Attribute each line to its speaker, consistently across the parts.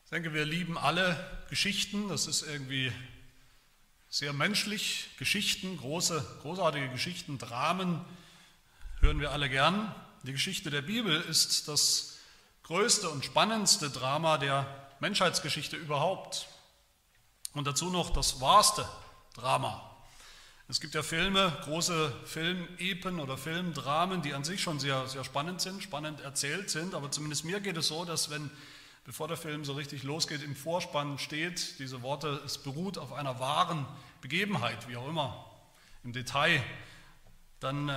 Speaker 1: Ich denke, wir lieben alle Geschichten. Das ist irgendwie sehr menschlich. Geschichten, großartige Geschichten, Dramen hören wir alle gern. Die Geschichte der Bibel ist das größte und spannendste Drama der Menschheitsgeschichte überhaupt. Und dazu noch das wahrste Drama. Es gibt ja Filme, große Filmepen oder Filmdramen, die an sich schon sehr, sehr spannend sind, spannend erzählt sind. Aber zumindest mir geht es so, dass bevor der Film so richtig losgeht, im Vorspann steht, diese Worte, es beruht auf einer wahren Begebenheit, wie auch immer, im Detail, dann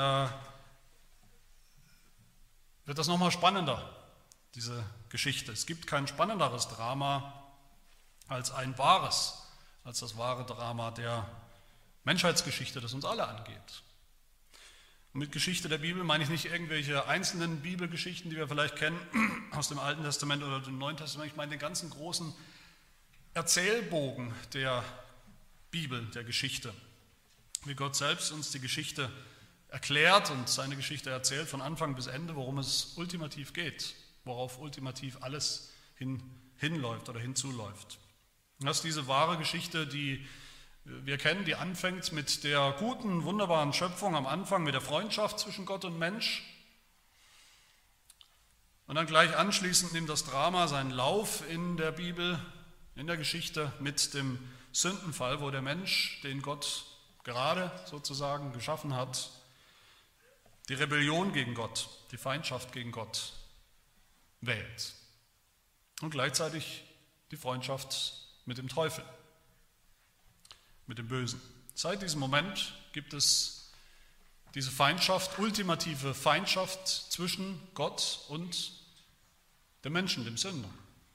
Speaker 1: wird das nochmal spannender, diese Geschichte. Es gibt kein spannenderes Drama als das wahre Drama der Menschheitsgeschichte, das uns alle angeht. Und mit Geschichte der Bibel meine ich nicht irgendwelche einzelnen Bibelgeschichten, die wir vielleicht kennen aus dem Alten Testament oder dem Neuen Testament. Ich meine den ganzen großen Erzählbogen der Bibel, der Geschichte. Wie Gott selbst uns die Geschichte erklärt und seine Geschichte erzählt, von Anfang bis Ende, worum es ultimativ geht, worauf ultimativ alles hinläuft oder hinzuläuft. Und das ist diese wahre Geschichte, die wir kennen, die anfängt mit der guten, wunderbaren Schöpfung am Anfang, mit der Freundschaft zwischen Gott und Mensch. Und dann gleich anschließend nimmt das Drama seinen Lauf in der Bibel, in der Geschichte mit dem Sündenfall, wo der Mensch, den Gott gerade sozusagen geschaffen hat, die Rebellion gegen Gott, die Feindschaft gegen Gott wählt. Und gleichzeitig die Freundschaft mit dem Teufel, mit dem Bösen. Seit diesem Moment gibt es diese Feindschaft, ultimative Feindschaft zwischen Gott und dem Menschen, dem Sünder.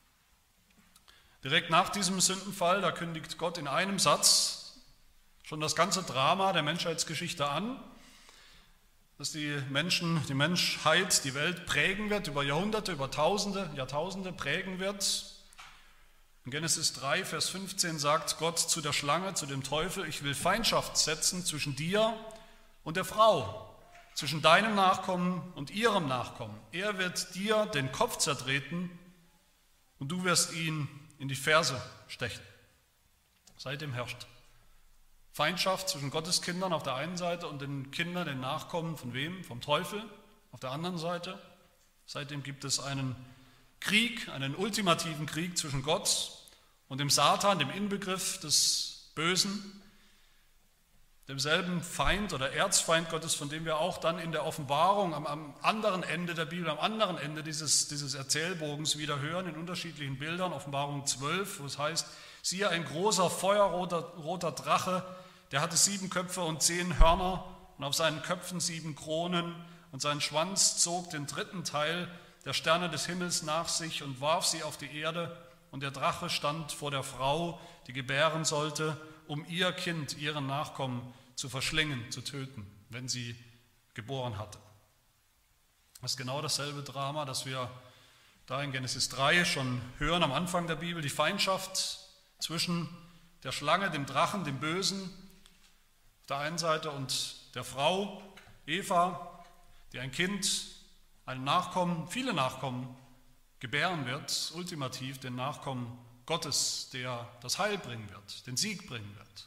Speaker 1: Direkt nach diesem Sündenfall, da kündigt Gott in einem Satz schon das ganze Drama der Menschheitsgeschichte an, dass die Menschheit, die Welt prägen wird, über Jahrhunderte, über Jahrtausende prägen wird. In Genesis 3, Vers 15 sagt Gott zu der Schlange, zu dem Teufel, ich will Feindschaft setzen zwischen dir und der Frau, zwischen deinem Nachkommen und ihrem Nachkommen. Er wird dir den Kopf zertreten und du wirst ihn in die Ferse stechen. Seitdem herrscht Feindschaft zwischen Gottes Kindern auf der einen Seite und den Kindern, den Nachkommen von wem? Vom Teufel auf der anderen Seite. Seitdem gibt es einen Krieg, einen ultimativen Krieg zwischen Gott und dem Satan, dem Inbegriff des Bösen, demselben Feind oder Erzfeind Gottes, von dem wir auch dann in der Offenbarung am anderen Ende der Bibel, am anderen Ende dieses Erzählbogens wieder hören, in unterschiedlichen Bildern, Offenbarung 12, wo es heißt, siehe ein großer feuerroter Drache, der hatte 7 Köpfe und 10 Hörner und auf seinen Köpfen 7 Kronen und sein Schwanz zog den 3. Teil der Sterne des Himmels nach sich und warf sie auf die Erde, und der Drache stand vor der Frau, die gebären sollte, um ihr Kind, ihren Nachkommen zu verschlingen, zu töten, wenn sie geboren hatte. Das ist genau dasselbe Drama, das wir da in Genesis 3 schon hören am Anfang der Bibel, die Feindschaft zwischen der Schlange, dem Drachen, dem Bösen auf der einen Seite und der Frau, Eva, die ein Kind, einen Nachkommen, viele Nachkommen gebären wird, ultimativ den Nachkommen Gottes, der das Heil bringen wird, den Sieg bringen wird.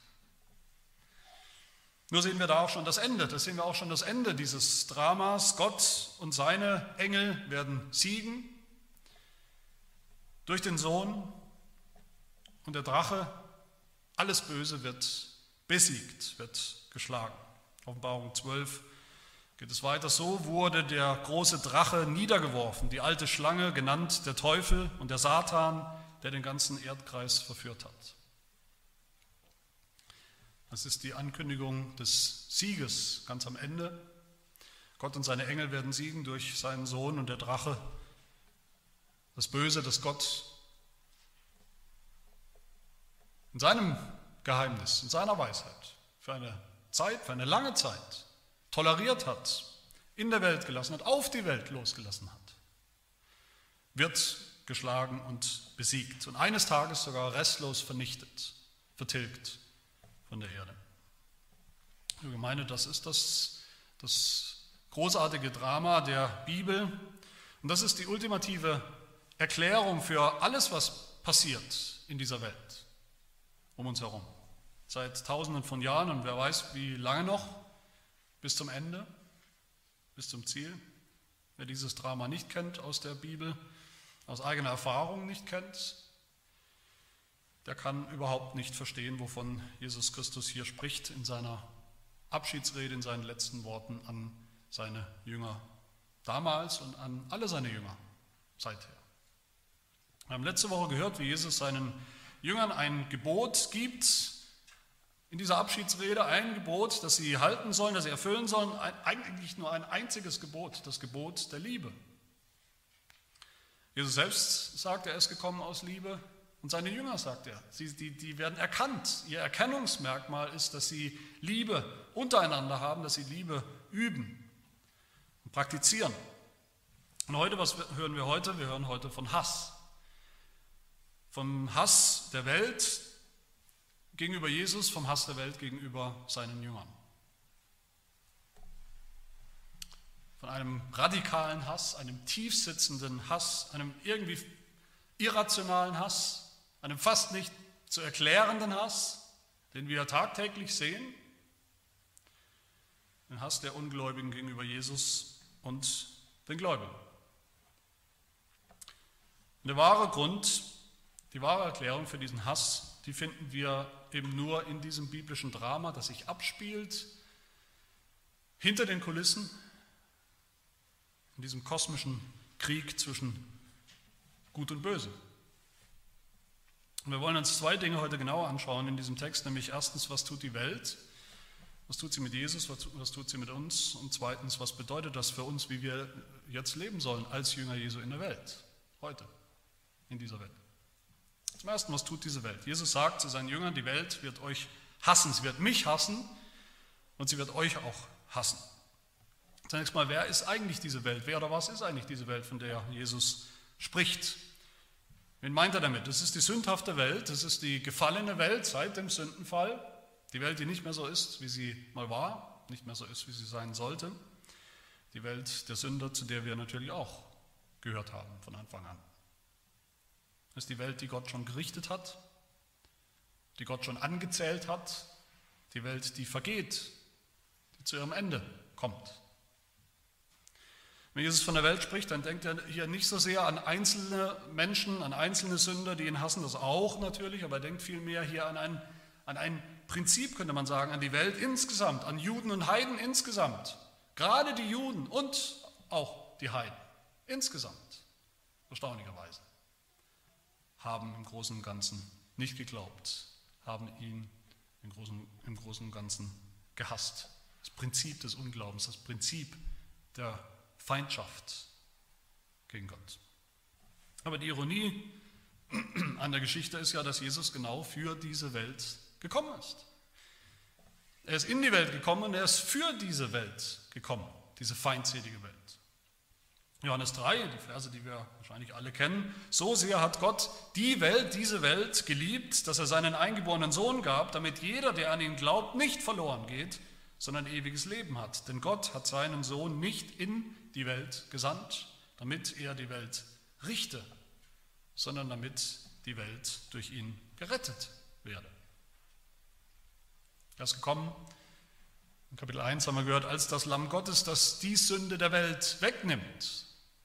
Speaker 1: Nur sehen wir da auch schon das Ende, dieses Dramas. Gott und seine Engel werden siegen durch den Sohn und der Drache, alles Böse wird besiegt, wird geschlagen. Offenbarung 12 geht es weiter, so wurde der große Drache niedergeworfen, die alte Schlange, genannt der Teufel und der Satan, der den ganzen Erdkreis verführt hat. Das ist die Ankündigung des Sieges ganz am Ende. Gott und seine Engel werden siegen durch seinen Sohn und der Drache, das Böse, das Gott in seinem Geheimnis, in seiner Weisheit für eine lange Zeit toleriert hat, in der Welt gelassen hat, auf die Welt losgelassen hat, wird geschlagen und besiegt und eines Tages sogar restlos vernichtet, vertilgt von der Erde. Liebe Gemeinde, das ist das großartige Drama der Bibel und das ist die ultimative Erklärung für alles, was passiert in dieser Welt um uns herum. Seit Tausenden von Jahren und wer weiß, wie lange noch, bis zum Ende, bis zum Ziel. Wer dieses Drama nicht kennt aus der Bibel, aus eigener Erfahrung nicht kennt, der kann überhaupt nicht verstehen, wovon Jesus Christus hier spricht in seiner Abschiedsrede, in seinen letzten Worten an seine Jünger damals und an alle seine Jünger seither. Wir haben letzte Woche gehört, wie Jesus seinen Jüngern ein Gebot gibt, in dieser Abschiedsrede ein Gebot, das sie halten sollen, das sie erfüllen sollen, eigentlich nur ein einziges Gebot, das Gebot der Liebe. Jesus selbst sagt, er ist gekommen aus Liebe und seine Jünger, sagt er, die werden erkannt. Ihr Erkennungsmerkmal ist, dass sie Liebe untereinander haben, dass sie Liebe üben und praktizieren. Und heute, was hören wir heute? Wir hören heute von Hass. Vom Hass der Welt gegenüber Jesus, vom Hass der Welt gegenüber seinen Jüngern. Von einem radikalen Hass, einem tiefsitzenden Hass, einem irgendwie irrationalen Hass, einem fast nicht zu erklärenden Hass, den wir tagtäglich sehen. Den Hass der Ungläubigen gegenüber Jesus und den Gläubigen. Und der wahre Grund, die wahre Erklärung für diesen Hass, die finden wir eben nur in diesem biblischen Drama, das sich abspielt, hinter den Kulissen, in diesem kosmischen Krieg zwischen Gut und Böse. Und wir wollen uns zwei Dinge heute genauer anschauen in diesem Text, nämlich erstens, was tut die Welt, was tut sie mit Jesus, was tut sie mit uns und zweitens, was bedeutet das für uns, wie wir jetzt leben sollen als Jünger Jesu in der Welt, heute, in dieser Welt. Zum Ersten, was tut diese Welt? Jesus sagt zu seinen Jüngern, die Welt wird euch hassen, sie wird mich hassen und sie wird euch auch hassen. Zunächst mal, wer ist eigentlich diese Welt? Wer oder was ist eigentlich diese Welt, von der Jesus spricht? Wen meint er damit? Das ist die sündhafte Welt, das ist die gefallene Welt seit dem Sündenfall, die Welt, die nicht mehr so ist, wie sie mal war, nicht mehr so ist, wie sie sein sollte, die Welt der Sünder, zu der wir natürlich auch gehört haben von Anfang an. Das ist die Welt, die Gott schon gerichtet hat, die Gott schon angezählt hat, die Welt, die vergeht, die zu ihrem Ende kommt. Wenn Jesus von der Welt spricht, dann denkt er hier nicht so sehr an einzelne Menschen, an einzelne Sünder, die ihn hassen, das auch natürlich, aber er denkt vielmehr hier an ein Prinzip, könnte man sagen, an die Welt insgesamt, an Juden und Heiden insgesamt. Gerade die Juden und auch die Heiden insgesamt, erstaunlicherweise, haben im Großen und Ganzen nicht geglaubt, haben ihn im Großen und Ganzen gehasst. Das Prinzip des Unglaubens, das Prinzip der Feindschaft gegen Gott. Aber die Ironie an der Geschichte ist ja, dass Jesus genau für diese Welt gekommen ist. Er ist in die Welt gekommen und er ist für diese Welt gekommen, diese feindselige Welt. Johannes 3, die Verse, die wir wahrscheinlich alle kennen. So sehr hat Gott die Welt, diese Welt geliebt, dass er seinen eingeborenen Sohn gab, damit jeder, der an ihn glaubt, nicht verloren geht, sondern ewiges Leben hat. Denn Gott hat seinen Sohn nicht in die Welt gesandt, damit er die Welt richte, sondern damit die Welt durch ihn gerettet werde. Er ist gekommen, in Kapitel 1 haben wir gehört, als das Lamm Gottes, das die Sünde der Welt wegnimmt.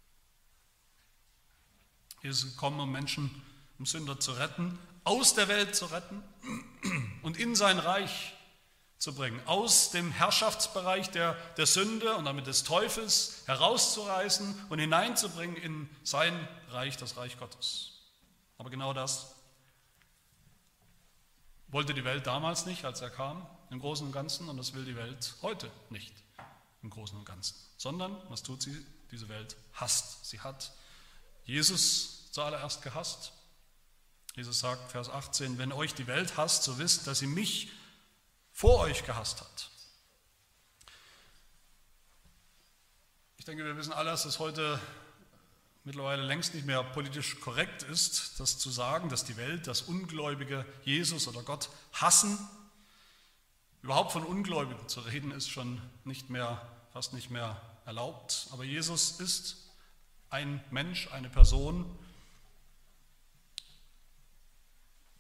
Speaker 1: Er ist gekommen, um Menschen, um Sünder zu retten, aus der Welt zu retten und in sein Reich zu bringen, aus dem Herrschaftsbereich der Sünde und damit des Teufels herauszureißen und hineinzubringen in sein Reich, das Reich Gottes. Aber genau das wollte die Welt damals nicht, als er kam, im Großen und Ganzen, und das will die Welt heute nicht, im Großen und Ganzen. Sondern, was tut sie? Diese Welt hasst. Sie hat Jesus zuallererst gehasst. Jesus sagt, Vers 18, wenn euch die Welt hasst, so wisst, dass sie mich vor euch gehasst hat. Ich denke, wir wissen alle, dass es heute mittlerweile längst nicht mehr politisch korrekt ist, das zu sagen, dass die Welt, das Ungläubige Jesus oder Gott hassen. Überhaupt von Ungläubigen zu reden, ist schon fast nicht mehr erlaubt. Aber Jesus ist ein Mensch, eine Person,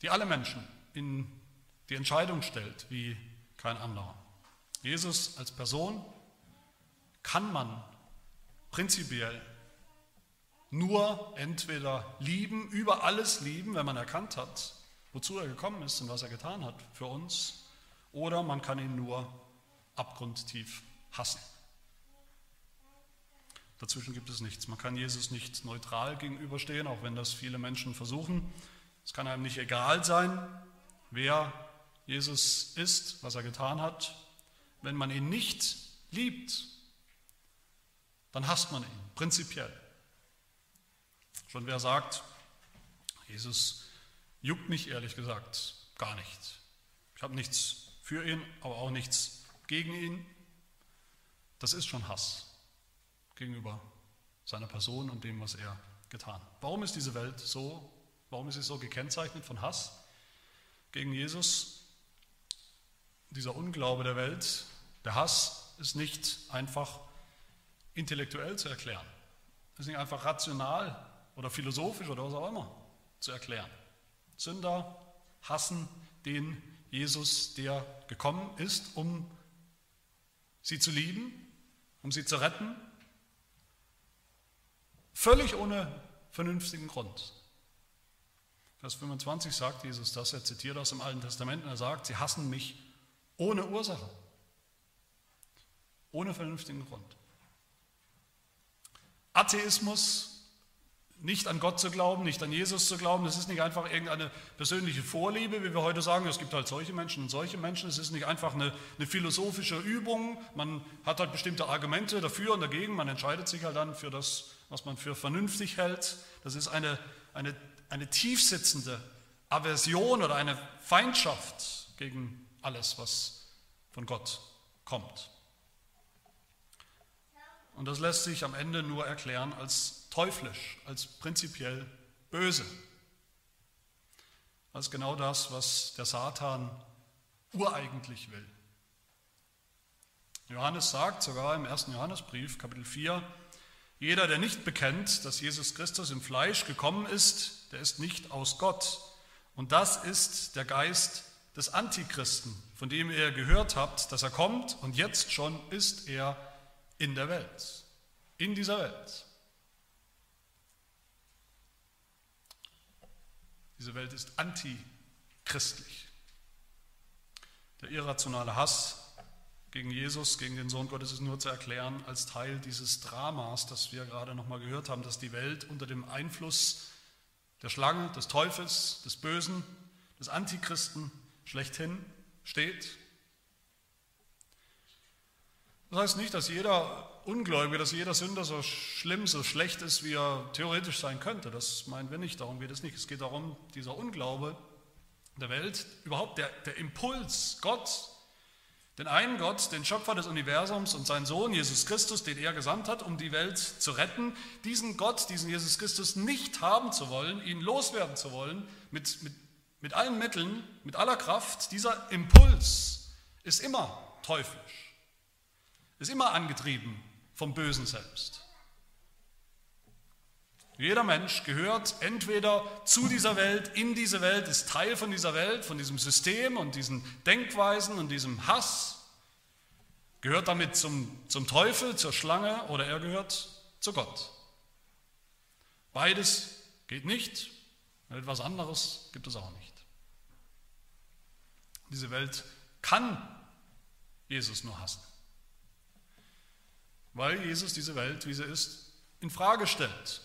Speaker 1: die alle Menschen in die Entscheidung stellt, wie kein anderer. Jesus als Person kann man prinzipiell nur entweder lieben, über alles lieben, wenn man erkannt hat, wozu er gekommen ist und was er getan hat für uns, oder man kann ihn nur abgrundtief hassen. Dazwischen gibt es nichts. Man kann Jesus nicht neutral gegenüberstehen, auch wenn das viele Menschen versuchen. Es kann einem nicht egal sein, wer Jesus ist, was er getan hat. Wenn man ihn nicht liebt, dann hasst man ihn, prinzipiell. Schon wer sagt, Jesus juckt mich ehrlich gesagt gar nicht. Ich habe nichts für ihn, aber auch nichts gegen ihn. Das ist schon Hass gegenüber seiner Person und dem, was er getan hat. Warum ist diese Welt so? Warum ist sie so gekennzeichnet von Hass gegen Jesus? Dieser Unglaube der Welt, der Hass, ist nicht einfach intellektuell zu erklären. Ist nicht einfach rational oder philosophisch oder was auch immer zu erklären. Sünder hassen den Jesus, der gekommen ist, um sie zu lieben, um sie zu retten, völlig ohne vernünftigen Grund. Vers 25 sagt Jesus das, er zitiert aus dem Alten Testament und er sagt, sie hassen mich ohne Ursache, ohne vernünftigen Grund. Atheismus, nicht an Gott zu glauben, nicht an Jesus zu glauben, das ist nicht einfach irgendeine persönliche Vorliebe, wie wir heute sagen, es gibt halt solche Menschen und solche Menschen, es ist nicht einfach eine philosophische Übung, man hat halt bestimmte Argumente dafür und dagegen, man entscheidet sich halt dann für das, was man für vernünftig hält. Das ist eine tiefsitzende Aversion oder eine Feindschaft gegen alles, was von Gott kommt. Und das lässt sich am Ende nur erklären als teuflisch, als prinzipiell böse. Als genau das, was der Satan ureigentlich will. Johannes sagt sogar im 1. Johannesbrief, Kapitel 4, jeder, der nicht bekennt, dass Jesus Christus im Fleisch gekommen ist, der ist nicht aus Gott. Und das ist der Geist des Antichristen, von dem ihr gehört habt, dass er kommt und jetzt schon ist er in der Welt, in dieser Welt. Diese Welt ist antichristlich. Der irrationale Hass gegen Jesus, gegen den Sohn Gottes ist nur zu erklären als Teil dieses Dramas, das wir gerade nochmal gehört haben, dass die Welt unter dem Einfluss der Schlange, des Teufels, des Bösen, des Antichristen schlechthin steht. Das heißt nicht, dass jeder Ungläubige, dass jeder Sünder so schlimm, so schlecht ist, wie er theoretisch sein könnte. Das meinen wir nicht, darum geht es nicht. Es geht darum, dieser Unglaube der Welt, überhaupt der Impuls, Gott, den einen Gott, den Schöpfer des Universums und seinen Sohn Jesus Christus, den er gesandt hat, um die Welt zu retten, diesen Gott, diesen Jesus Christus nicht haben zu wollen, ihn loswerden zu wollen, mit allen Mitteln, mit aller Kraft, dieser Impuls ist immer teuflisch, ist immer angetrieben vom Bösen selbst. Jeder Mensch gehört entweder zu dieser Welt, in diese Welt, ist Teil von dieser Welt, von diesem System und diesen Denkweisen und diesem Hass, gehört damit zum Teufel, zur Schlange oder er gehört zu Gott. Beides geht nicht, und etwas anderes gibt es auch nicht. Diese Welt kann Jesus nur hassen, weil Jesus diese Welt, wie sie ist, in Frage stellt.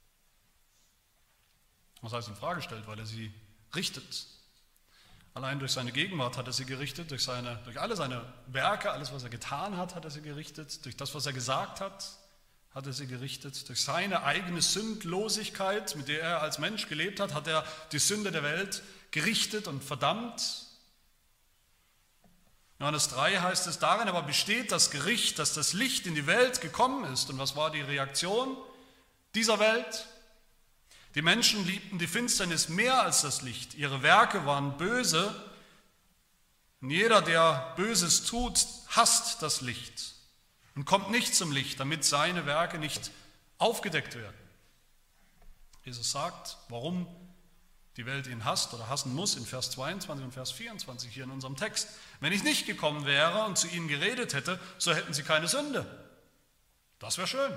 Speaker 1: Was heißt in Frage stellt? Weil er sie richtet. Allein durch seine Gegenwart hat er sie gerichtet, durch alle seine Werke, alles, was er getan hat, hat er sie gerichtet, durch das, was er gesagt hat er sie gerichtet, durch seine eigene Sündlosigkeit, mit der er als Mensch gelebt hat, hat er die Sünde der Welt gerichtet und verdammt. Johannes 3 heißt es, darin aber besteht das Gericht, dass das Licht in die Welt gekommen ist. Und was war die Reaktion dieser Welt? Die Menschen liebten die Finsternis mehr als das Licht. Ihre Werke waren böse. Und jeder, der Böses tut, hasst das Licht und kommt nicht zum Licht, damit seine Werke nicht aufgedeckt werden. Jesus sagt, warum die Welt ihn hasst oder hassen muss, in Vers 22 und Vers 24 hier in unserem Text. Wenn ich nicht gekommen wäre und zu ihnen geredet hätte, so hätten sie keine Sünde. Das wäre schön.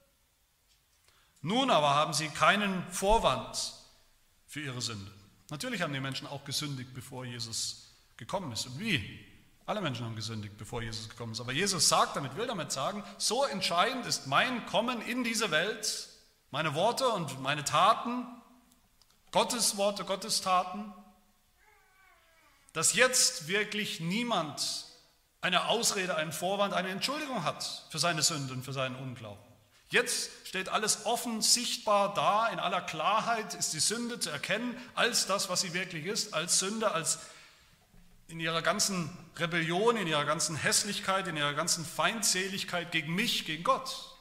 Speaker 1: Nun aber haben sie keinen Vorwand für ihre Sünde. Natürlich haben die Menschen auch gesündigt, bevor Jesus gekommen ist. Und wie? Alle Menschen haben gesündigt, bevor Jesus gekommen ist. Aber Jesus will damit sagen, so entscheidend ist mein Kommen in diese Welt, meine Worte und meine Taten, Gottes Worte, Gottes Taten, dass jetzt wirklich niemand eine Ausrede, einen Vorwand, eine Entschuldigung hat für seine Sünde und für seinen Unglauben. Jetzt steht alles offen, sichtbar da, in aller Klarheit ist die Sünde zu erkennen als das, was sie wirklich ist, als Sünde, als in ihrer ganzen Rebellion, in ihrer ganzen Hässlichkeit, in ihrer ganzen Feindseligkeit gegen mich, gegen Gott.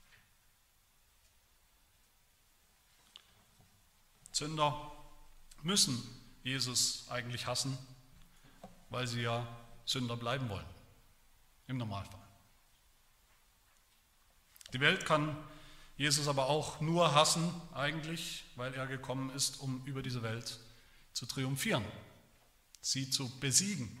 Speaker 1: Sünder müssen Jesus eigentlich hassen, weil sie ja Sünder bleiben wollen, im Normalfall. Die Welt kann Jesus aber auch nur hassen eigentlich, weil er gekommen ist, um über diese Welt zu triumphieren, sie zu besiegen,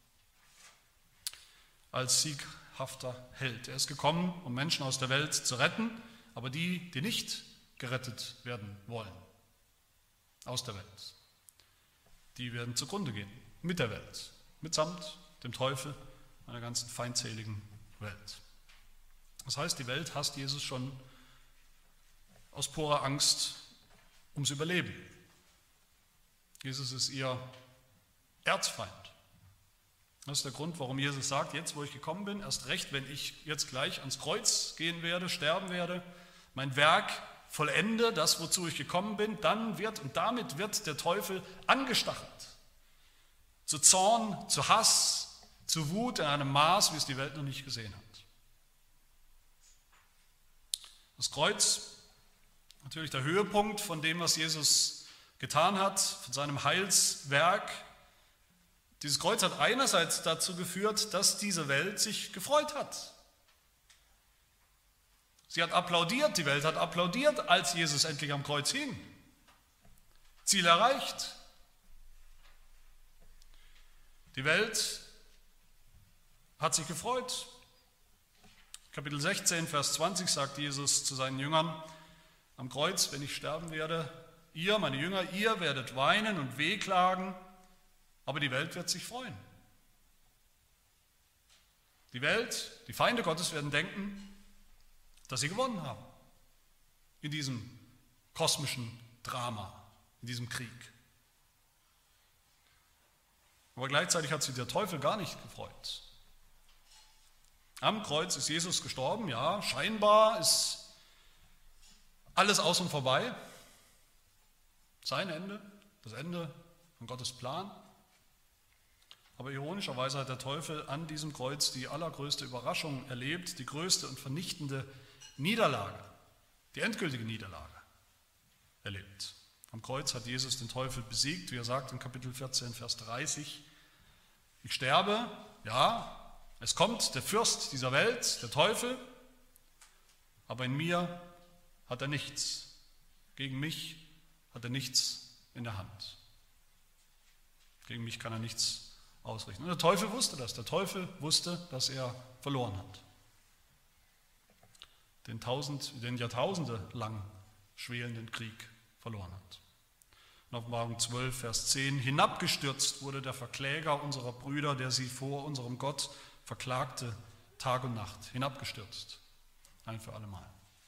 Speaker 1: als sieghafter Held. Er ist gekommen, um Menschen aus der Welt zu retten, aber die nicht gerettet werden wollen, aus der Welt, die werden zugrunde gehen, mit der Welt, mitsamt dem Teufel, einer ganzen feindseligen Welt. Das heißt, die Welt hasst Jesus schon aus purer Angst ums Überleben. Jesus ist ihr Erzfeind. Das ist der Grund, warum Jesus sagt, jetzt wo ich gekommen bin, erst recht, wenn ich jetzt gleich ans Kreuz gehen werde, sterben werde, mein Werk vollende, das wozu ich gekommen bin, damit wird der Teufel angestachelt. Zu Zorn, zu Hass, zu Wut in einem Maß, wie es die Welt noch nicht gesehen hat. Das Kreuz, natürlich der Höhepunkt von dem, was Jesus getan hat, von seinem Heilswerk. Dieses Kreuz hat einerseits dazu geführt, dass diese Welt sich gefreut hat. Sie hat applaudiert, die Welt hat applaudiert, als Jesus endlich am Kreuz hing. Ziel erreicht. Die Welt hat sich gefreut. Kapitel 16, Vers 20 sagt Jesus zu seinen Jüngern, am Kreuz, wenn ich sterben werde, ihr, meine Jünger, ihr werdet weinen und wehklagen, aber die Welt wird sich freuen. Die Welt, die Feinde Gottes werden denken, dass sie gewonnen haben in diesem kosmischen Drama, in diesem Krieg. Aber gleichzeitig hat sich der Teufel gar nicht gefreut. Am Kreuz ist Jesus gestorben, ja, scheinbar ist alles aus und vorbei. Sein Ende, das Ende von Gottes Plan. Aber ironischerweise hat der Teufel an diesem Kreuz die allergrößte Überraschung erlebt, die größte und vernichtende Niederlage, die endgültige Niederlage erlebt. Am Kreuz hat Jesus den Teufel besiegt, wie er sagt in Kapitel 14, Vers 30. Ich sterbe, ja, es kommt der Fürst dieser Welt, der Teufel, aber in mir hat er nichts. Gegen mich hat er nichts in der Hand. Gegen mich kann er nichts ausrichten. Und der Teufel wusste das. Der Teufel wusste, dass er verloren hat. Den Jahrtausende lang schwelenden Krieg verloren hat. In Offenbarung 12, Vers 10, hinabgestürzt wurde der Verkläger unserer Brüder, der sie vor unserem Gott verklagte, Tag und Nacht. Hinabgestürzt. Ein für allemal.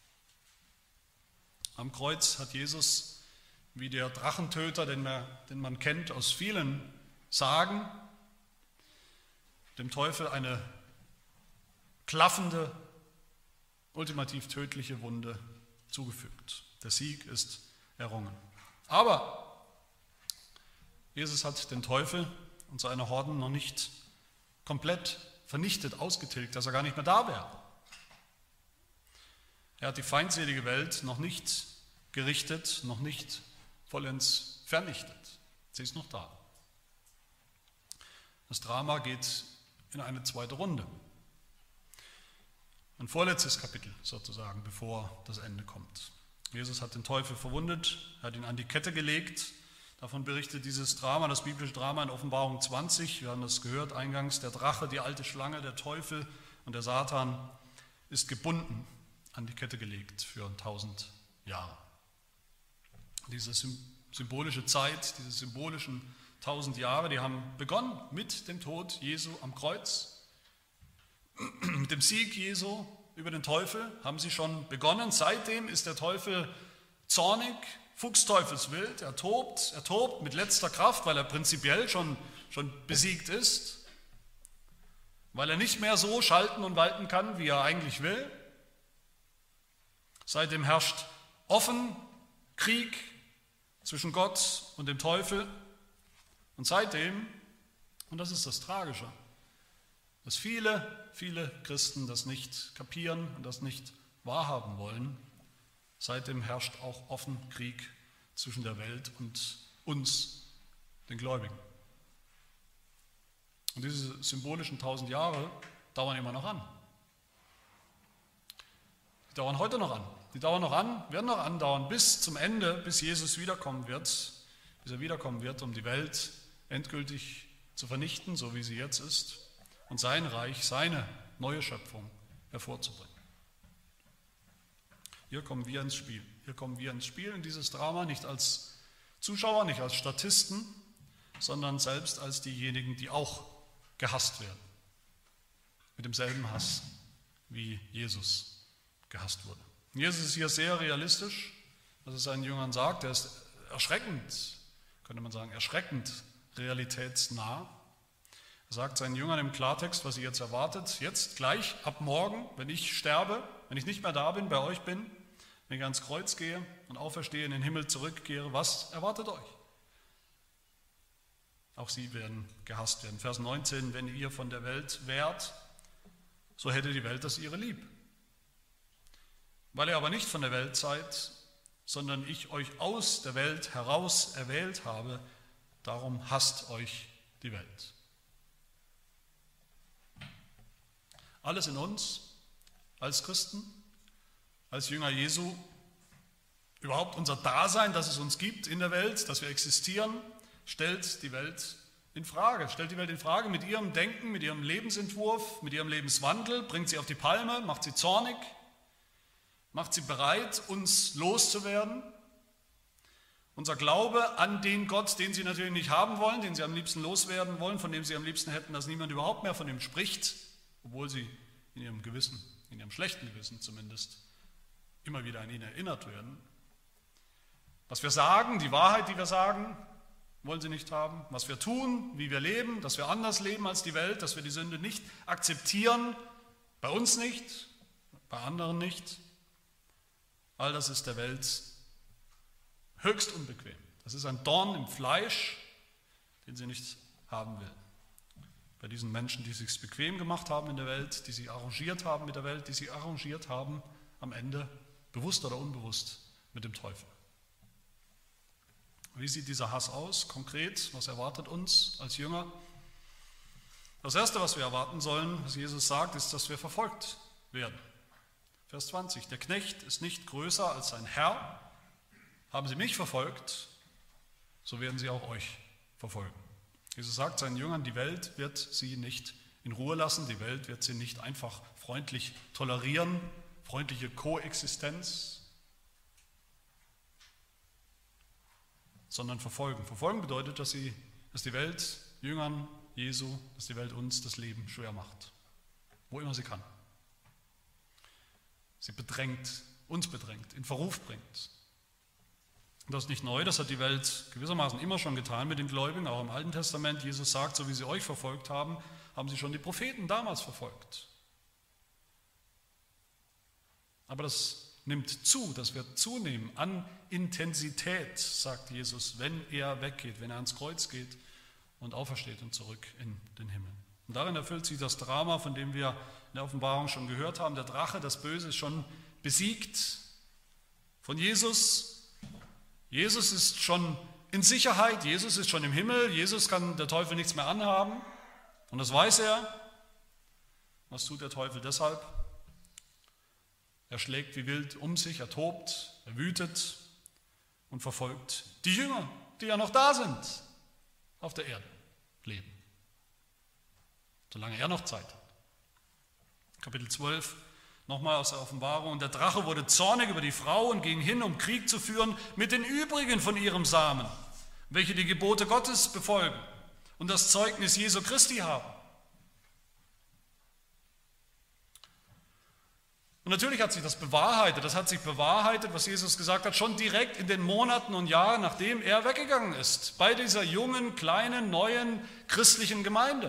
Speaker 1: Am Kreuz hat Jesus, wie der Drachentöter, den man kennt aus vielen Sagen, dem Teufel eine klaffende, ultimativ tödliche Wunde zugefügt. Der Sieg ist errungen. Aber Jesus hat den Teufel und seine Horden noch nicht komplett vernichtet, ausgetilgt, dass er gar nicht mehr da wäre. Er hat die feindselige Welt noch nicht gerichtet, noch nicht vollends vernichtet. Sie ist noch da. Das Drama geht in eine zweite Runde. Ein vorletztes Kapitel sozusagen, bevor das Ende kommt. Jesus hat den Teufel verwundet, hat ihn an die Kette gelegt, Davon berichtet dieses Drama, das biblische Drama in Offenbarung 20. Wir haben das gehört eingangs. Der Drache, die alte Schlange, der Teufel und der Satan ist gebunden, an die Kette gelegt für 1000 Jahre. Diese symbolische Zeit, diese symbolischen 1000 Jahre, die haben begonnen mit dem Tod Jesu am Kreuz. Mit dem Sieg Jesu über den Teufel haben sie schon begonnen. Seitdem ist der Teufel zornig, fuchsteufelswild. Er tobt mit letzter Kraft, weil er prinzipiell schon besiegt ist, weil er nicht mehr so schalten und walten kann, wie er eigentlich will. Seitdem herrscht offen Krieg zwischen Gott und dem Teufel. Und seitdem, und das ist das Tragische, dass viele, viele Christen das nicht kapieren und das nicht wahrhaben wollen, seitdem herrscht auch offen Krieg zwischen der Welt und uns, den Gläubigen. Und diese symbolischen 1000 Jahre dauern immer noch an. Die dauern heute noch an. Die dauern noch an, werden noch andauern bis zum Ende, bis Jesus wiederkommen wird, bis er wiederkommen wird, um die Welt endgültig zu vernichten, so wie sie jetzt ist, und sein Reich, seine neue Schöpfung hervorzubringen. Hier kommen wir ins Spiel. Hier kommen wir ins Spiel in dieses Drama, nicht als Zuschauer, nicht als Statisten, sondern selbst als diejenigen, die auch gehasst werden. Mit demselben Hass, wie Jesus gehasst wurde. Jesus ist hier sehr realistisch, was er seinen Jüngern sagt. Er ist erschreckend, könnte man sagen, erschreckend realitätsnah. Er sagt seinen Jüngern im Klartext, was sie jetzt erwartet. Jetzt, gleich, ab morgen, wenn ich sterbe, wenn ich nicht mehr da bin, bei euch bin, wenn ich ans Kreuz gehe und auferstehe, in den Himmel zurückkehre, was erwartet euch? Auch sie werden gehasst werden. Vers 19, wenn ihr von der Welt wärt, so hätte die Welt das ihre lieb. Weil ihr aber nicht von der Welt seid, sondern ich euch aus der Welt heraus erwählt habe, darum hasst euch die Welt. Alles in uns, als Christen, als Jünger Jesu, überhaupt unser Dasein, dass es uns gibt in der Welt, dass wir existieren, stellt die Welt in Frage. Stellt die Welt in Frage mit ihrem Denken, mit ihrem Lebensentwurf, mit ihrem Lebenswandel, bringt sie auf die Palme, macht sie zornig, macht sie bereit, uns loszuwerden. Unser Glaube an den Gott, den sie natürlich nicht haben wollen, den sie am liebsten loswerden wollen, von dem sie am liebsten hätten, dass niemand überhaupt mehr von ihm spricht, obwohl sie in ihrem Gewissen, in ihrem schlechten Gewissen zumindest, immer wieder an ihn erinnert werden. Was wir sagen, die Wahrheit, die wir sagen, wollen sie nicht haben. Was wir tun, wie wir leben, dass wir anders leben als die Welt, dass wir die Sünde nicht akzeptieren, bei uns nicht, bei anderen nicht. All das ist der Welt höchst unbequem. Das ist ein Dorn im Fleisch, den sie nicht haben will. Bei diesen Menschen, die es sich bequem gemacht haben in der Welt, die sich arrangiert haben mit der Welt, die sich arrangiert haben am Ende, bewusst oder unbewusst, mit dem Teufel. Wie sieht dieser Hass aus konkret? Was erwartet uns als Jünger? Das Erste, was wir erwarten sollen, was Jesus sagt, ist, dass wir verfolgt werden. Vers 20, der Knecht ist nicht größer als sein Herr. Haben sie mich verfolgt, so werden sie auch euch verfolgen. Jesus sagt seinen Jüngern, die Welt wird sie nicht in Ruhe lassen, die Welt wird sie nicht einfach freundlich tolerieren, freundliche Koexistenz, sondern verfolgen. Verfolgen bedeutet, dass die Welt Jüngern Jesu, dass die Welt uns das Leben schwer macht, wo immer sie kann. Sie bedrängt, uns bedrängt, in Verruf bringt. Und das ist nicht neu, das hat die Welt gewissermaßen immer schon getan mit den Gläubigen, auch im Alten Testament. Jesus sagt, so wie sie euch verfolgt haben, haben sie schon die Propheten damals verfolgt. Aber das nimmt zu, das wird zunehmen an Intensität, sagt Jesus, wenn er weggeht, wenn er ans Kreuz geht und aufersteht und zurück in den Himmel. Und darin erfüllt sich das Drama, von dem wir in der Offenbarung schon gehört haben. Der Drache, das Böse, ist schon besiegt von Jesus. Jesus ist schon in Sicherheit, Jesus ist schon im Himmel, Jesus kann der Teufel nichts mehr anhaben. Und das weiß er. Was tut der Teufel deshalb? Er schlägt wie wild um sich, er tobt, er wütet und verfolgt die Jünger die ja noch da sind, auf der Erde leben. Solange er noch Zeit hat. Kapitel 12, nochmal aus der Offenbarung. Und der Drache wurde zornig über die Frau und ging hin, um Krieg zu führen mit den übrigen von ihrem Samen, welche die Gebote Gottes befolgen und das Zeugnis Jesu Christi haben. Und natürlich hat sich das bewahrheitet, was Jesus gesagt hat, schon direkt in den Monaten und Jahren, nachdem er weggegangen ist, bei dieser jungen, kleinen, neuen christlichen Gemeinde,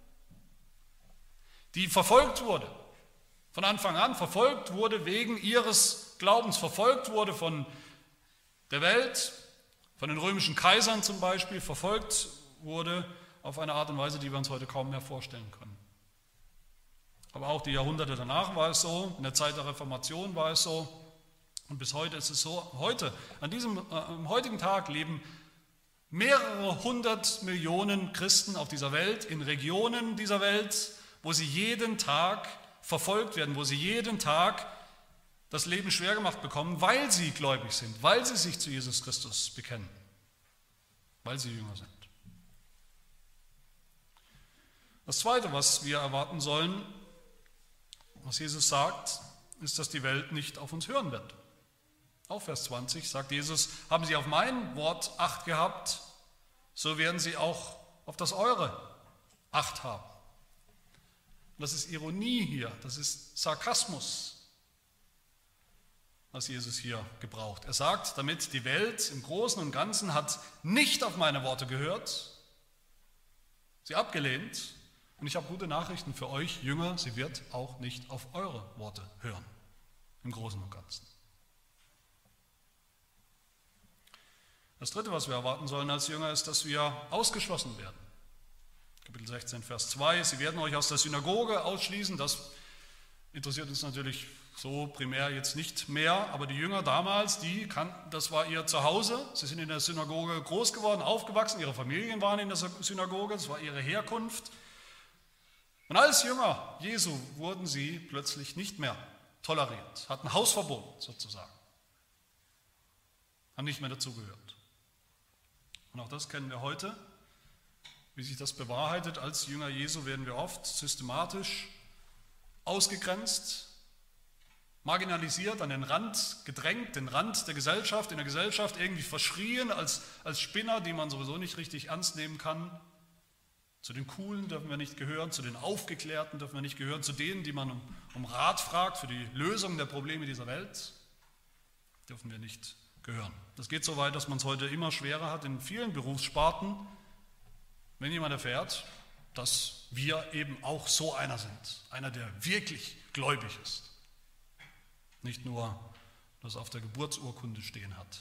Speaker 1: die verfolgt wurde, von Anfang an verfolgt wurde wegen ihres Glaubens, verfolgt wurde von der Welt, von den römischen Kaisern zum Beispiel, verfolgt wurde auf eine Art und Weise, die wir uns heute kaum mehr vorstellen können. Aber auch die Jahrhunderte danach war es so, in der Zeit der Reformation war es so und bis heute ist es so. Heute, am heutigen Tag leben mehrere 100 Millionen Christen auf dieser Welt, in Regionen dieser Welt, wo sie jeden Tag verfolgt werden, wo sie jeden Tag das Leben schwer gemacht bekommen, weil sie gläubig sind, weil sie sich zu Jesus Christus bekennen, weil sie Jünger sind. Das Zweite, was wir erwarten sollen, was Jesus sagt, ist, dass die Welt nicht auf uns hören wird. Auch Vers 20 sagt Jesus, haben sie auf mein Wort Acht gehabt, so werden sie auch auf das eure Acht haben. Und das ist Ironie hier, das ist Sarkasmus, was Jesus hier gebraucht. Er sagt damit, die Welt im Großen und Ganzen hat nicht auf meine Worte gehört, sie abgelehnt. Und ich habe gute Nachrichten für euch, Jünger, sie wird auch nicht auf eure Worte hören, im Großen und Ganzen. Das Dritte, was wir erwarten sollen als Jünger, ist, dass wir ausgeschlossen werden. Kapitel 16, Vers 2, sie werden euch aus der Synagoge ausschließen, das interessiert uns natürlich so primär jetzt nicht mehr, aber die Jünger damals, das war ihr Zuhause, sie sind in der Synagoge groß geworden, aufgewachsen, ihre Familien waren in der Synagoge, das war ihre Herkunft. Und als Jünger Jesu wurden sie plötzlich nicht mehr toleriert, hatten Hausverbot sozusagen, haben nicht mehr dazugehört. Und auch das kennen wir heute, wie sich das bewahrheitet. Als Jünger Jesu werden wir oft systematisch ausgegrenzt, marginalisiert, an den Rand gedrängt, den Rand der Gesellschaft, in der Gesellschaft irgendwie verschrien als Spinner, die man sowieso nicht richtig ernst nehmen kann. Zu den Coolen dürfen wir nicht gehören, zu den Aufgeklärten dürfen wir nicht gehören, zu denen, die man um Rat fragt für die Lösung der Probleme dieser Welt, dürfen wir nicht gehören. Das geht so weit, dass man es heute immer schwerer hat in vielen Berufssparten, wenn jemand erfährt, dass wir eben auch so einer sind, einer, der wirklich gläubig ist, nicht nur das auf der Geburtsurkunde stehen hat.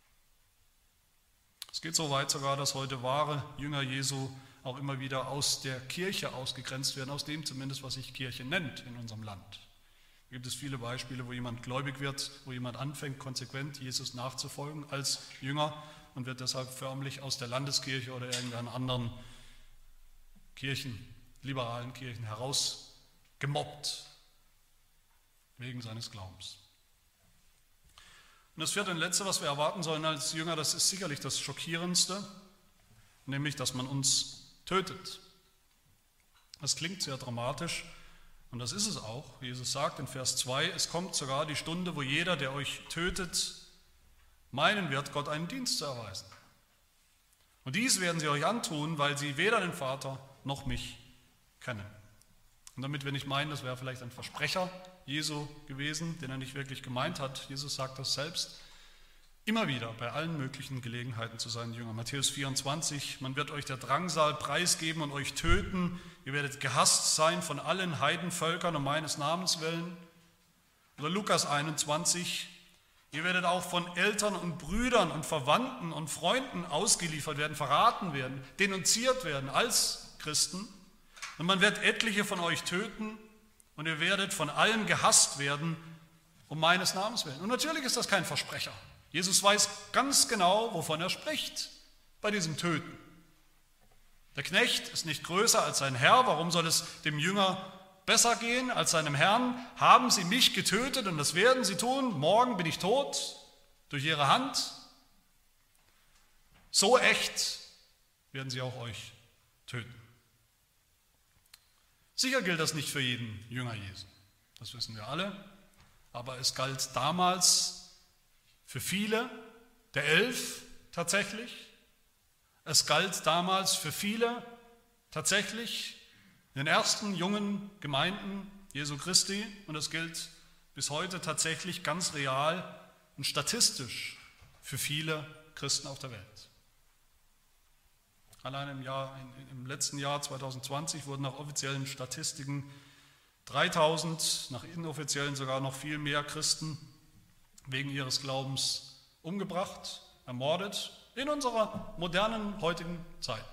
Speaker 1: Es geht so weit sogar, dass heute wahre Jünger Jesu auch immer wieder aus der Kirche ausgegrenzt werden, aus dem zumindest, was sich Kirche nennt in unserem Land. Da gibt es viele Beispiele, wo jemand gläubig wird, wo jemand anfängt, konsequent Jesus nachzufolgen als Jünger und wird deshalb förmlich aus der Landeskirche oder irgendeinen anderen Kirchen, liberalen Kirchen herausgemobbt wegen seines Glaubens. Und das vierte und letzte, was wir erwarten sollen als Jünger, das ist sicherlich das Schockierendste, nämlich, dass man uns tötet. Das klingt sehr dramatisch und das ist es auch. Jesus sagt in Vers 2, es kommt sogar die Stunde, wo jeder, der euch tötet, meinen wird, Gott einen Dienst zu erweisen. Und dies werden sie euch antun, weil sie weder den Vater noch mich kennen. Und damit wir nicht meinen, das wäre vielleicht ein Versprecher Jesu gewesen, den er nicht wirklich gemeint hat. Jesus sagt das selbst immer wieder bei allen möglichen Gelegenheiten zu seinen Jüngern. Matthäus 24, man wird euch der Drangsal preisgeben und euch töten. Ihr werdet gehasst sein von allen Heidenvölkern um meines Namens willen. Oder Lukas 21, ihr werdet auch von Eltern und Brüdern und Verwandten und Freunden ausgeliefert werden, verraten werden, denunziert werden als Christen. Und man wird etliche von euch töten und ihr werdet von allen gehasst werden um meines Namens willen. Und natürlich ist das kein Versprecher. Jesus weiß ganz genau, wovon er spricht bei diesem Töten. Der Knecht ist nicht größer als sein Herr. Warum soll es dem Jünger besser gehen als seinem Herrn? Haben sie mich getötet und das werden sie tun. Morgen bin ich tot durch ihre Hand. So echt werden sie auch euch töten. Sicher gilt das nicht für jeden Jünger Jesu, das wissen wir alle, aber es galt damals für viele der 11 tatsächlich. Es galt damals für viele tatsächlich in den ersten jungen Gemeinden Jesu Christi und es gilt bis heute tatsächlich ganz real und statistisch für viele Christen auf der Welt. Allein im letzten Jahr 2020 wurden nach offiziellen Statistiken 3000, nach inoffiziellen sogar noch viel mehr Christen wegen ihres Glaubens umgebracht, ermordet, in unserer modernen heutigen Zeit.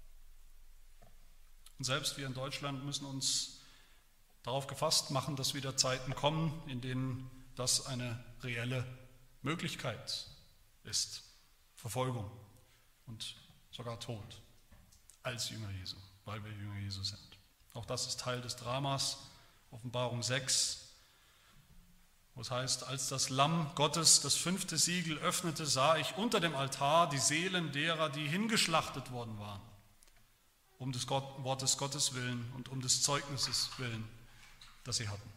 Speaker 1: Und selbst wir in Deutschland müssen uns darauf gefasst machen, dass wieder Zeiten kommen, in denen das eine reelle Möglichkeit ist. Verfolgung und sogar Tod als Jünger Jesu, weil wir Jünger Jesu sind. Auch das ist Teil des Dramas, Offenbarung 6, wo es heißt, als das Lamm Gottes das 5. Siegel öffnete, sah ich unter dem Altar die Seelen derer, die hingeschlachtet worden waren, um des Wortes Gottes willen und um des Zeugnisses willen, das sie hatten.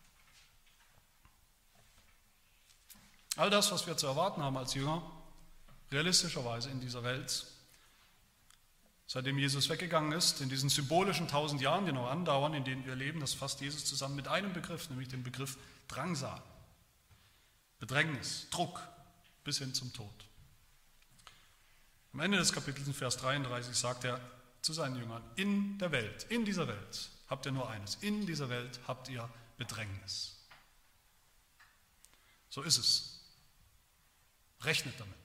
Speaker 1: All das, was wir zu erwarten haben als Jünger, realistischerweise in dieser Welt, seitdem Jesus weggegangen ist, in diesen symbolischen 1000 Jahren, die noch andauern, in denen wir leben, das fasst Jesus zusammen mit einem Begriff, nämlich dem Begriff Drangsal, Bedrängnis, Druck bis hin zum Tod. Am Ende des Kapitels in Vers 33 sagt er zu seinen Jüngern, in dieser Welt habt ihr nur eines, in dieser Welt habt ihr Bedrängnis. So ist es. Rechnet damit.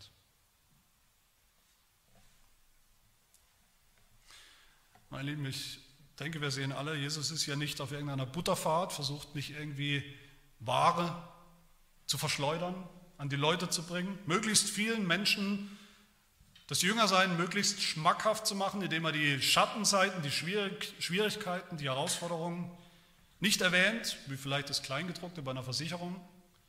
Speaker 1: Meine Lieben, ich denke, wir sehen alle, Jesus ist ja nicht auf irgendeiner Butterfahrt, versucht nicht irgendwie Ware zu verschleudern, an die Leute zu bringen, möglichst vielen Menschen das Jüngersein möglichst schmackhaft zu machen, indem er die Schattenseiten, die Schwierigkeiten, die Herausforderungen nicht erwähnt, wie vielleicht das Kleingedruckte bei einer Versicherung.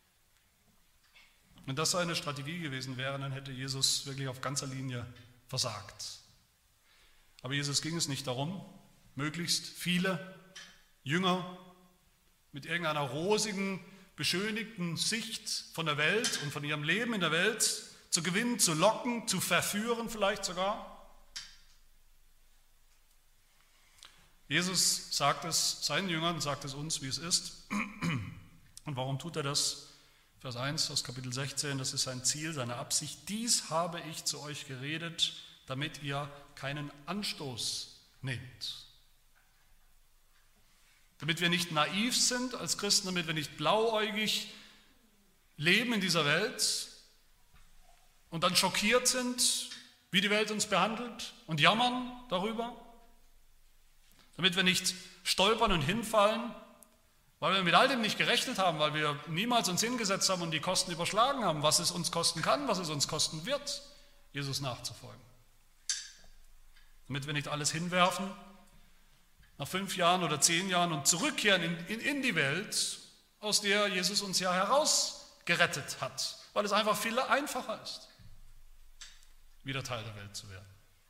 Speaker 1: Wenn das seine Strategie gewesen wäre, dann hätte Jesus wirklich auf ganzer Linie versagt. Aber Jesus ging es nicht darum, möglichst viele Jünger mit irgendeiner rosigen, beschönigten Sicht von der Welt und von ihrem Leben in der Welt zu gewinnen, zu locken, zu verführen vielleicht sogar. Jesus sagt es seinen Jüngern, sagt es uns, wie es ist. Und warum tut er das? Vers 1 aus Kapitel 16, das ist sein Ziel, seine Absicht. Dies habe ich zu euch geredet, damit ihr keinen Anstoß nehmt. Damit wir nicht naiv sind als Christen, damit wir nicht blauäugig leben in dieser Welt und dann schockiert sind, wie die Welt uns behandelt und jammern darüber. Damit wir nicht stolpern und hinfallen, weil wir mit all dem nicht gerechnet haben, weil wir niemals uns hingesetzt haben und die Kosten überschlagen haben, was es uns kosten kann, was es uns kosten wird, Jesus nachzufolgen. Damit wir nicht alles hinwerfen, nach 5 Jahren oder 10 Jahren und zurückkehren in die Welt, aus der Jesus uns ja herausgerettet hat, weil es einfach viel einfacher ist, wieder Teil der Welt zu werden.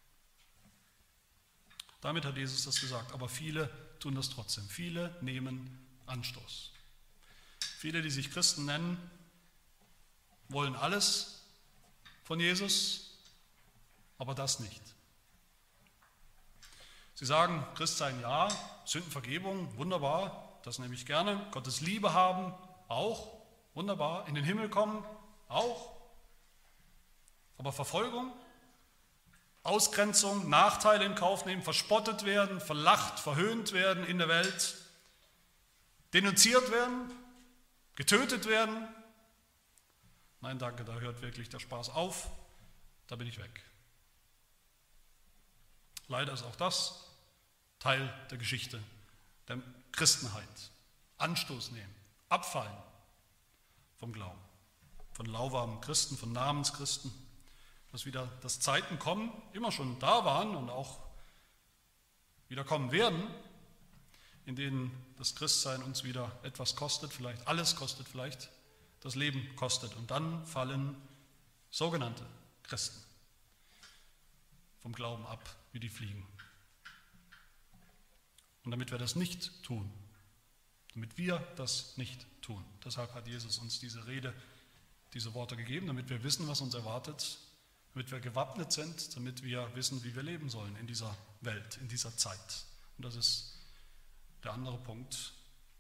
Speaker 1: Damit hat Jesus das gesagt, aber viele tun das trotzdem. Viele nehmen Anstoß. Viele, die sich Christen nennen, wollen alles von Jesus, aber das nicht. Sie sagen, Christsein ja, Sündenvergebung, wunderbar, das nehme ich gerne. Gottes Liebe haben, auch, wunderbar. In den Himmel kommen, auch. Aber Verfolgung, Ausgrenzung, Nachteile in Kauf nehmen, verspottet werden, verlacht, verhöhnt werden in der Welt, denunziert werden, getötet werden. Nein, danke, da hört wirklich der Spaß auf, da bin ich weg. Leider ist auch das Teil der Geschichte der Christenheit. Anstoß nehmen, abfallen vom Glauben, von lauwarmen Christen, von Namenschristen, dass Zeiten kommen, immer schon da waren und auch wieder kommen werden, in denen das Christsein uns wieder etwas kostet, vielleicht alles kostet, vielleicht das Leben kostet. Und dann fallen sogenannte Christen, vom Glauben ab wie die Fliegen. Und damit wir das nicht tun, damit wir das nicht tun, deshalb hat Jesus uns diese Rede, diese Worte gegeben, damit wir wissen, was uns erwartet, damit wir gewappnet sind, damit wir wissen, wie wir leben sollen in dieser Welt, in dieser Zeit. Und das ist der andere Punkt.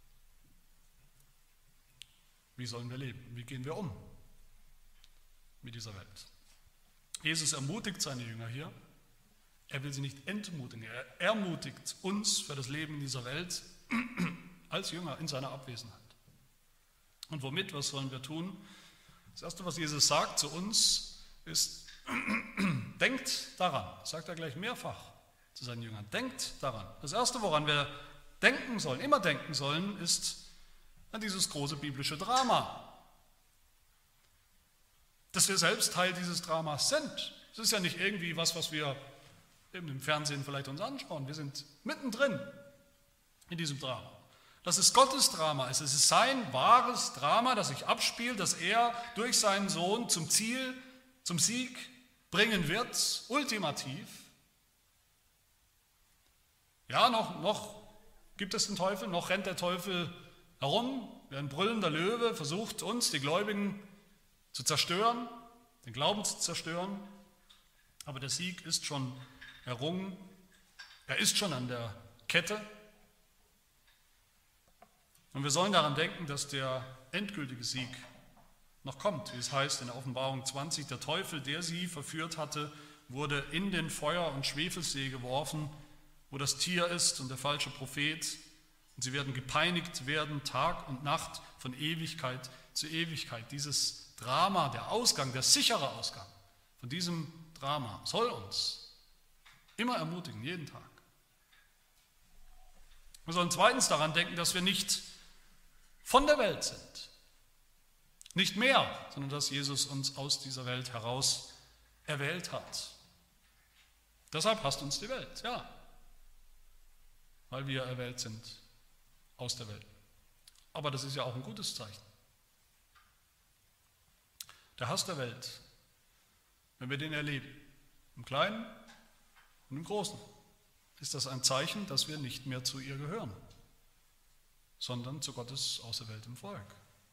Speaker 1: Wie sollen wir leben? Wie gehen wir um mit dieser Welt? Jesus ermutigt seine Jünger hier. Er will sie nicht entmutigen. Er ermutigt uns für das Leben in dieser Welt als Jünger in seiner Abwesenheit. Und womit? Was sollen wir tun? Das Erste, was Jesus sagt zu uns, ist, denkt daran. Das sagt er gleich mehrfach zu seinen Jüngern. Denkt daran. Das Erste, woran wir denken sollen, immer denken sollen, ist an dieses große biblische Drama. Dass wir selbst Teil dieses Dramas sind. Es ist ja nicht irgendwie was wir eben im Fernsehen vielleicht uns anschauen. Wir sind mittendrin in diesem Drama. Das ist Gottes Drama. Es ist sein wahres Drama, das sich abspielt, das er durch seinen Sohn zum Ziel, zum Sieg bringen wird, ultimativ. Ja, noch gibt es den Teufel, noch rennt der Teufel herum, wie ein brüllender Löwe, versucht uns, die Gläubigen, zu zerstören, den Glauben zu zerstören. Aber der Sieg ist schon errungen, er ist schon an der Kette. Und wir sollen daran denken, dass der endgültige Sieg noch kommt, wie es heißt in der Offenbarung 20, der Teufel, der sie verführt hatte, wurde in den Feuer- und Schwefelsee geworfen, wo das Tier ist und der falsche Prophet. Und sie werden gepeinigt werden, Tag und Nacht, von Ewigkeit zu Ewigkeit. Dieses Drama, der Ausgang, der sichere Ausgang von diesem Drama soll uns immer ermutigen, jeden Tag. Wir sollen zweitens daran denken, dass wir nicht von der Welt sind. Nicht mehr, sondern dass Jesus uns aus dieser Welt heraus erwählt hat. Deshalb hasst uns die Welt, ja, weil wir erwählt sind aus der Welt. Aber das ist ja auch ein gutes Zeichen. Der Hass der Welt, wenn wir den erleben, im Kleinen und im Großen, ist das ein Zeichen, dass wir nicht mehr zu ihr gehören, sondern zu Gottes auserwähltem Volk.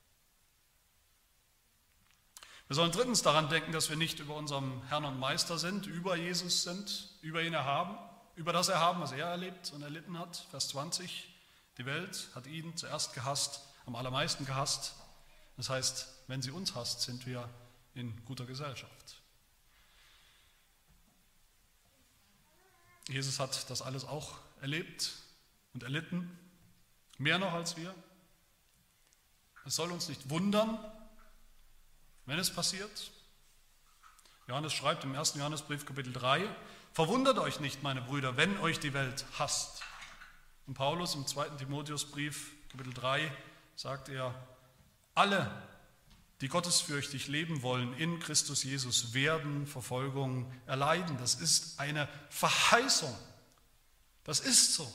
Speaker 1: Wir sollen drittens daran denken, dass wir nicht über unserem Herrn und Meister sind, über Jesus sind, über ihn erhaben, über das erhaben, was er erlebt und erlitten hat. Vers 20, die Welt hat ihn zuerst gehasst, am allermeisten gehasst. Das heißt, wenn sie uns hasst, sind wir in guter Gesellschaft. Jesus hat das alles auch erlebt und erlitten, mehr noch als wir. Es soll uns nicht wundern, wenn es passiert. Johannes schreibt im 1. Johannesbrief, Kapitel 3, verwundert euch nicht, meine Brüder, wenn euch die Welt hasst. Und Paulus im 2. Timotheusbrief, Kapitel 3, sagt er, alle, die gottesfürchtig leben wollen in Christus Jesus, werden Verfolgung erleiden. Das ist eine Verheißung. Das ist so.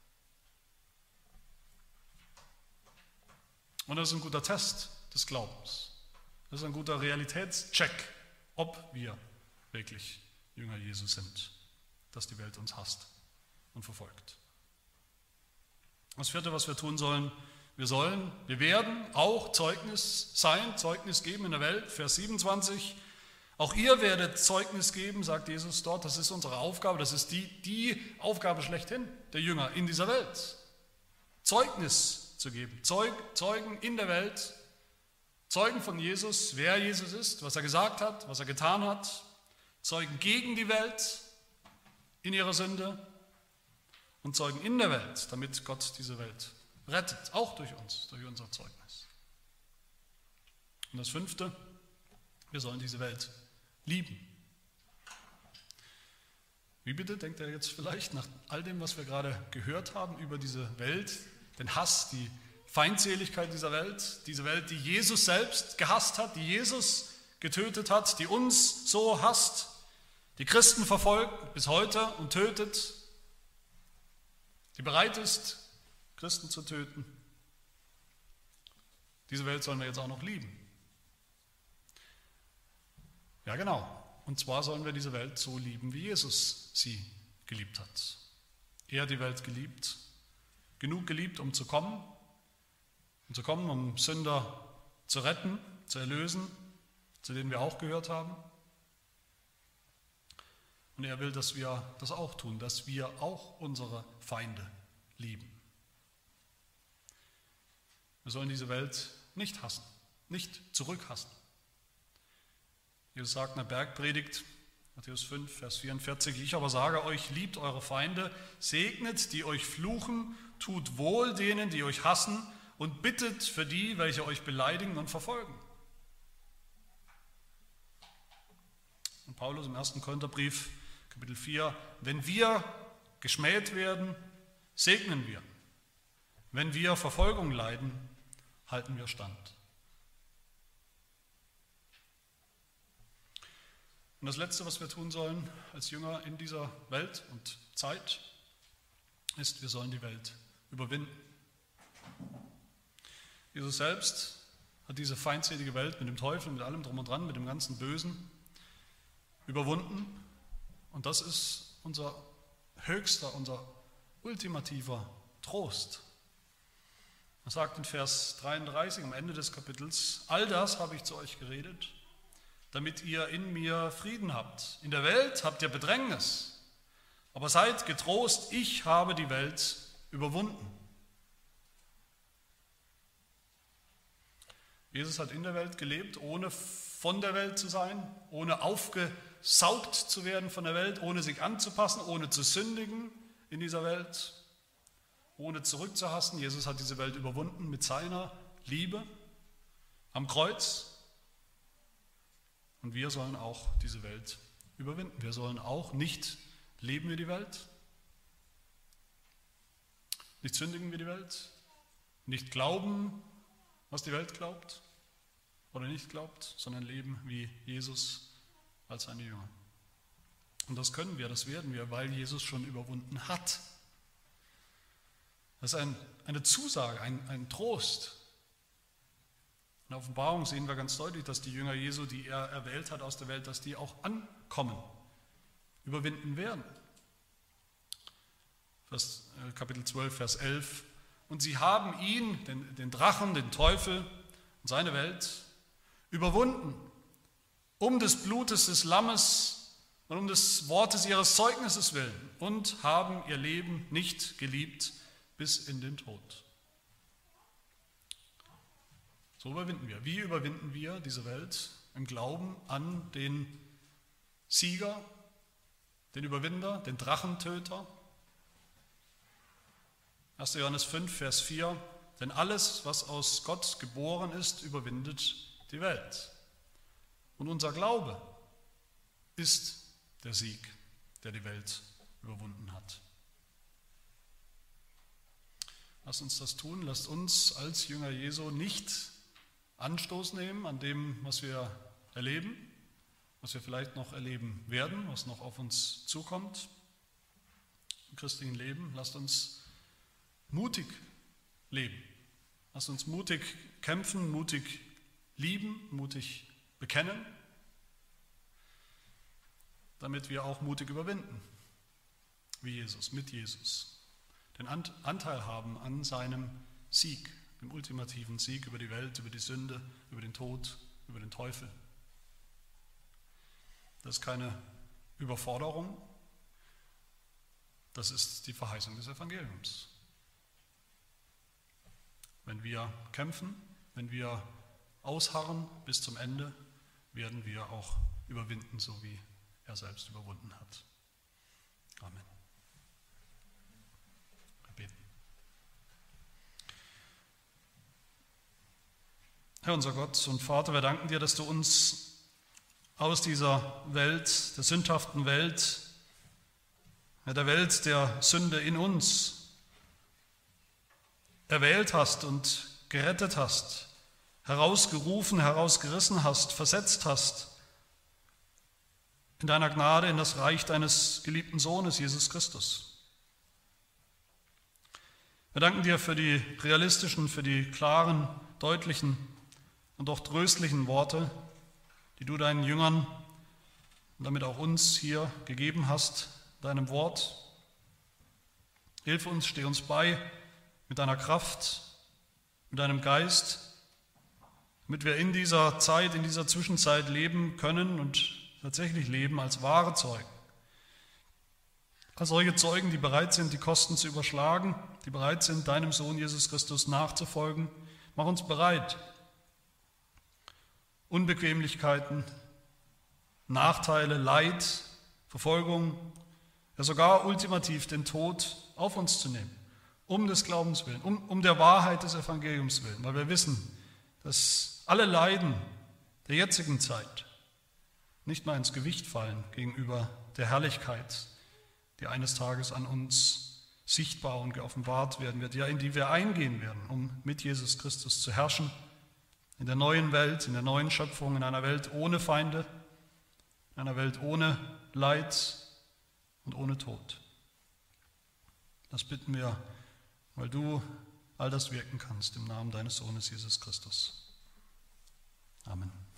Speaker 1: Und das ist ein guter Test des Glaubens. Das ist ein guter Realitätscheck, ob wir wirklich Jünger Jesus sind, dass die Welt uns hasst und verfolgt. Das vierte, was wir tun sollen, wir werden auch Zeugnis sein, Zeugnis geben in der Welt. Vers 27, auch ihr werdet Zeugnis geben, sagt Jesus dort, das ist unsere Aufgabe, das ist die Aufgabe schlechthin der Jünger in dieser Welt. Zeugnis zu geben, Zeugen in der Welt, Zeugen von Jesus, wer Jesus ist, was er gesagt hat, was er getan hat, Zeugen gegen die Welt in ihrer Sünde und Zeugen in der Welt, damit Gott diese Welt rettet, auch durch uns, durch unser Zeugnis. Und das fünfte, wir sollen diese Welt lieben. Wie bitte, denkt er jetzt vielleicht nach all dem, was wir gerade gehört haben über diese Welt, den Hass, die Feindseligkeit dieser Welt, diese Welt, die Jesus selbst gehasst hat, die Jesus getötet hat, die uns so hasst, die Christen verfolgt bis heute und tötet, die bereit ist, Christen zu töten. Diese Welt sollen wir jetzt auch noch lieben. Ja, genau. Und zwar sollen wir diese Welt so lieben, wie Jesus sie geliebt hat. Er hat die Welt geliebt, genug geliebt, um zu kommen, um Sünder zu retten, zu erlösen, zu denen wir auch gehört haben. Und er will, dass wir das auch tun, dass wir auch unsere Feinde lieben. Wir sollen diese Welt nicht hassen, nicht zurückhassen. Jesus sagt in der Bergpredigt, Matthäus 5, Vers 44, ich aber sage euch, liebt eure Feinde, segnet, die euch fluchen, tut wohl denen, die euch hassen und bittet für die, welche euch beleidigen und verfolgen. Und Paulus im 1. Korintherbrief, Kapitel 4, wenn wir geschmäht werden, segnen wir. Wenn wir Verfolgung leiden, halten wir stand. Und das Letzte, was wir tun sollen als Jünger in dieser Welt und Zeit, ist, wir sollen die Welt überwinden. Jesus selbst hat diese feindselige Welt mit dem Teufel, mit allem drum und dran, mit dem ganzen Bösen überwunden. Und das ist unser höchster, unser ultimativer Trost. Er sagt in Vers 33 am Ende des Kapitels, all das habe ich zu euch geredet, damit ihr in mir Frieden habt. In der Welt habt ihr Bedrängnis, aber seid getrost, ich habe die Welt überwunden. Jesus hat in der Welt gelebt, ohne von der Welt zu sein, ohne aufgesaugt zu werden von der Welt, ohne sich anzupassen, ohne zu sündigen in dieser Welt, ohne zurückzuhassen. Jesus hat diese Welt überwunden mit seiner Liebe am Kreuz. Und wir sollen auch diese Welt überwinden. Wir sollen auch nicht leben wie die Welt, nicht sündigen wie die Welt, nicht glauben, was die Welt glaubt oder nicht glaubt, sondern leben wie Jesus als seine Jünger. Und das können wir, das werden wir, weil Jesus schon überwunden hat. Das ist eine Zusage, ein Trost. In der Offenbarung sehen wir ganz deutlich, dass die Jünger Jesu, die er erwählt hat aus der Welt, dass die auch ankommen, überwinden werden. Kapitel 12, Vers 11. Und sie haben ihn, den Drachen, den Teufel und seine Welt, überwunden, um des Blutes des Lammes und um des Wortes ihres Zeugnisses willen und haben ihr Leben nicht geliebt bis in den Tod. So überwinden wir. Wie überwinden wir diese Welt? Im Glauben an den Sieger, den Überwinder, den Drachentöter. 1. Johannes 5, Vers 4. Denn alles, was aus Gott geboren ist, überwindet die Welt. Und unser Glaube ist der Sieg, der die Welt überwunden hat. Lasst uns das tun. Lasst uns als Jünger Jesu nicht Anstoß nehmen an dem, was wir erleben, was wir vielleicht noch erleben werden, was noch auf uns zukommt im christlichen Leben. Lasst uns mutig leben. Lasst uns mutig kämpfen, mutig lieben, mutig bekennen, damit wir auch mutig überwinden, wie Jesus, mit Jesus, den Anteil haben an seinem Sieg, dem ultimativen Sieg über die Welt, über die Sünde, über den Tod, über den Teufel. Das ist keine Überforderung, das ist die Verheißung des Evangeliums. Wenn wir kämpfen, wenn wir ausharren bis zum Ende, werden wir auch überwinden, so wie er selbst überwunden hat. Amen. Wir beten. Herr unser Gott und Vater, wir danken dir, dass du uns aus dieser Welt, der sündhaften Welt, der Welt der Sünde in uns erwählt hast und gerettet hast, herausgerufen, herausgerissen hast, versetzt hast in deiner Gnade in das Reich deines geliebten Sohnes, Jesus Christus. Wir danken dir für die realistischen, für die klaren, deutlichen und auch tröstlichen Worte, die du deinen Jüngern und damit auch uns hier gegeben hast, deinem Wort. Hilf uns, steh uns bei mit deiner Kraft, mit deinem Geist, damit wir in dieser Zeit, in dieser Zwischenzeit leben können und tatsächlich leben als wahre Zeugen. Als solche Zeugen, die bereit sind, die Kosten zu überschlagen, die bereit sind, deinem Sohn Jesus Christus nachzufolgen. Mach uns bereit, Unbequemlichkeiten, Nachteile, Leid, Verfolgung, ja sogar ultimativ den Tod auf uns zu nehmen, um des Glaubens willen, um der Wahrheit des Evangeliums willen, weil wir wissen, dass alle Leiden der jetzigen Zeit nicht mal ins Gewicht fallen gegenüber der Herrlichkeit, die eines Tages an uns sichtbar und geoffenbart werden wird, ja, in die wir eingehen werden, um mit Jesus Christus zu herrschen, in der neuen Welt, in der neuen Schöpfung, in einer Welt ohne Feinde, in einer Welt ohne Leid und ohne Tod. Das bitten wir, weil du all das wirken kannst, im Namen deines Sohnes Jesus Christus. Amen.